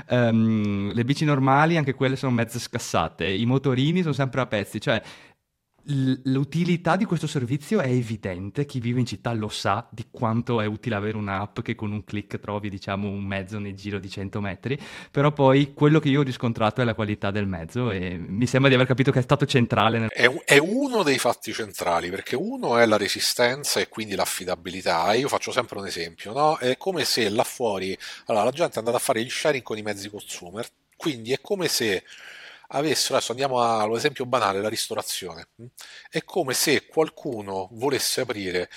Le bici normali, anche quelle sono mezze scassate. I motorini sono sempre a pezzi. Cioè l'utilità di questo servizio è evidente, chi vive in città lo sa di quanto è utile avere un'app che con un click trovi, diciamo, un mezzo nel giro di 100 metri, però poi quello che io ho riscontrato è la qualità del mezzo e mi sembra di aver capito che è stato centrale nel... È uno dei fatti centrali, perché uno è la resistenza e quindi l'affidabilità. E io faccio sempre un esempio, no? È come se là fuori, allora, la gente è andata a fare il sharing con i mezzi consumer, quindi è come se avessero, adesso andiamo all'esempio banale, la ristorazione. È come se qualcuno volesse aprire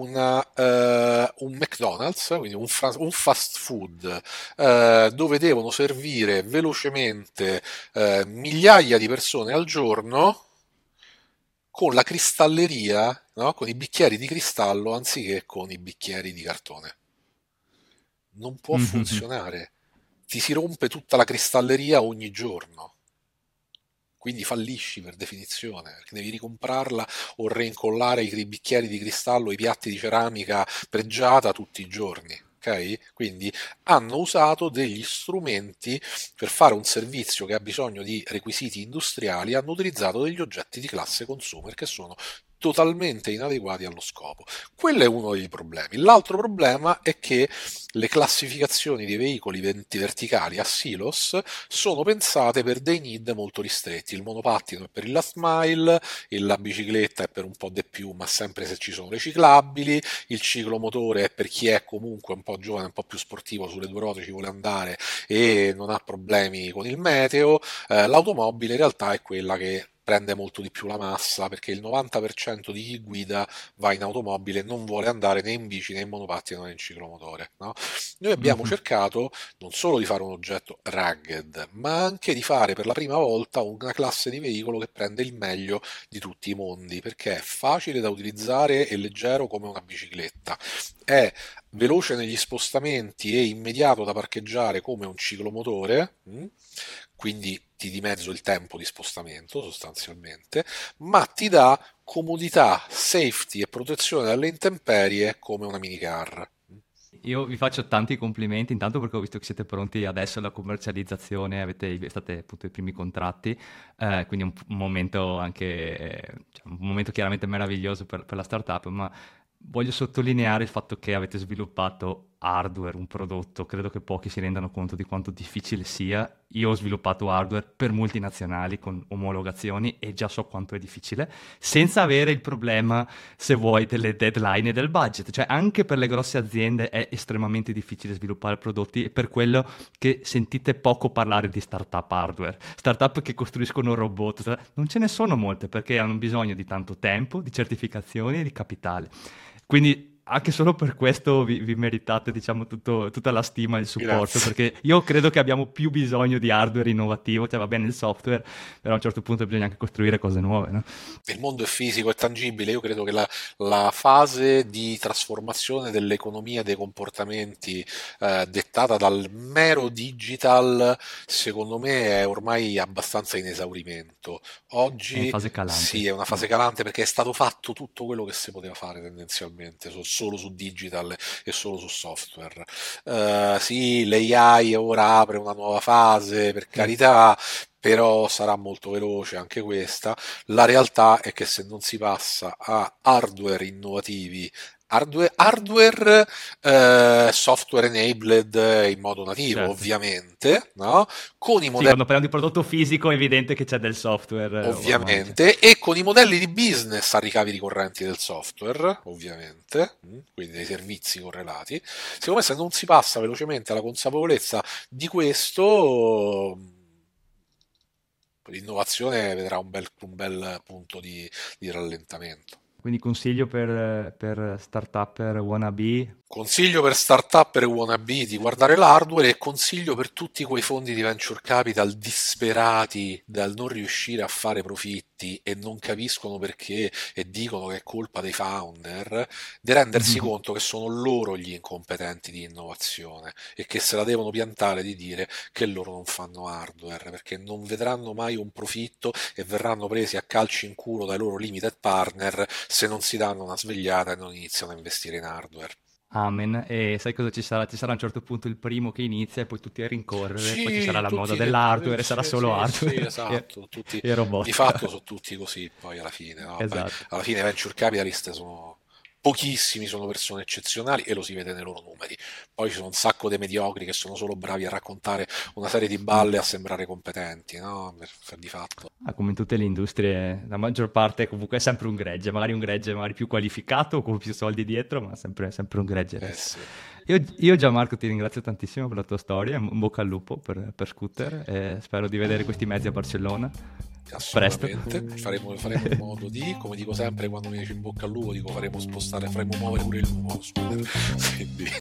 un McDonald's, quindi un fast food, dove devono servire velocemente migliaia di persone al giorno con la cristalleria, no? Con i bicchieri di cristallo anziché con i bicchieri di cartone. Non può Mhm. funzionare. Ti si rompe tutta la cristalleria ogni giorno. Quindi fallisci per definizione, perché devi ricomprarla o reincollare i bicchieri di cristallo, i piatti di ceramica pregiata tutti i giorni. Ok? Quindi hanno usato degli strumenti per fare un servizio che ha bisogno di requisiti industriali, hanno utilizzato degli oggetti di classe consumer che sono totalmente inadeguati allo scopo. Quello è uno dei problemi. L'altro problema è che le classificazioni dei veicoli verticali a silos sono pensate per dei need molto ristretti. Il monopattino è per il last mile, la bicicletta è per un po' di più, ma sempre se ci sono le ciclabili, il ciclomotore è per chi è comunque un po' giovane, un po' più sportivo, sulle 2 ruote ci vuole andare e non ha problemi con il meteo. L'automobile in realtà è quella che prende molto di più la massa perché il 90% di chi guida va in automobile e non vuole andare né in bici né in monopattino né in ciclomotore. No? Noi abbiamo Mhm. cercato non solo di fare un oggetto rugged, ma anche di fare per la prima volta una classe di veicolo che prende il meglio di tutti i mondi, perché è facile da utilizzare e leggero come una bicicletta, è veloce negli spostamenti e immediato da parcheggiare come un ciclomotore, quindi ti dimezzo il tempo di spostamento sostanzialmente, ma ti dà comodità, safety e protezione dalle intemperie come una minicar. io vi faccio tanti complimenti, intanto perché ho visto che siete pronti adesso alla commercializzazione, state appunto i primi contratti, quindi un momento anche, cioè, un momento chiaramente meraviglioso per la startup, ma voglio sottolineare il fatto che avete sviluppato hardware, un prodotto, credo che pochi si rendano conto di quanto difficile sia. Io ho sviluppato hardware per multinazionali con omologazioni e già so quanto è difficile, senza avere il problema, se vuoi, delle deadline e del budget. Cioè, anche per le grosse aziende è estremamente difficile sviluppare prodotti e per quello che sentite poco parlare di startup hardware. Startup che costruiscono robot, non ce ne sono molte perché hanno bisogno di tanto tempo, di certificazioni e di capitale. Quindi anche solo per questo vi meritate, diciamo, tutta la stima e il supporto, Grazie. perché io credo che abbiamo più bisogno di hardware innovativo, cioè va bene il software, però a un certo punto bisogna anche costruire cose nuove, no? Il mondo è fisico, è tangibile. Io credo che la fase di trasformazione dell'economia dei comportamenti dettata dal mero digital, secondo me, è ormai abbastanza in esaurimento. È in Oggi fase sì, calante. è una fase calante perché è stato fatto tutto quello che si poteva fare tendenzialmente, solo su digital e solo su software. Sì, l'AI ora apre una nuova fase, per Sì. carità, però sarà molto veloce anche questa. La realtà è che se non si passa a hardware innovativi, hardware software enabled in modo nativo, Certo. ovviamente, no? Con i Sì, modelli quando parliamo di prodotto fisico è evidente che c'è del software ormai. Cioè. ovviamente, e con i modelli di business a ricavi ricorrenti del software, ovviamente, quindi dei servizi correlati. Secondo me se non si passa velocemente alla consapevolezza di questo, l'innovazione vedrà un bel punto di rallentamento. Quindi consiglio per startupper wannabe. Consiglio per startup e wannabe di guardare l'hardware e consiglio per tutti quei fondi di venture capital disperati dal non riuscire a fare profitti e non capiscono perché e dicono che è colpa dei founder, di rendersi conto che sono loro gli incompetenti di innovazione e che se la devono piantare di dire che loro non fanno hardware perché non vedranno mai un profitto e verranno presi a calci in culo dai loro limited partner se non si danno una svegliata e non iniziano a investire in hardware. Amen. E sai cosa ci sarà? Ci sarà a un certo punto il primo che inizia e poi tutti a rincorrere, poi ci sarà Sì, la moda tutti dell'hardware e sarà sì, solo sì, sì, hardware esatto, tutti, e di fatto robotica. sono tutti così poi alla fine, no? Vabbè, Esatto. alla fine i venture capitalist sono pochissimi, sono persone eccezionali e lo si vede nei loro numeri. Poi ci sono un sacco di mediocri che sono solo bravi a raccontare una serie di Mm. balle e a sembrare competenti, no? Per di fatto. Ah, come in tutte le industrie, la maggior parte comunque è sempre un gregge magari più qualificato, con più soldi dietro, ma sempre un gregge Eh resta. sì, Io Gianmarco ti ringrazio tantissimo per la tua storia, in bocca al lupo per Scooter e spero di vedere questi mezzi a Barcellona presto. assolutamente. Faremo in modo di, come dico sempre quando mi dice in bocca al lupo, dico faremo spostare, faremo muovere pure il lupo. Quindi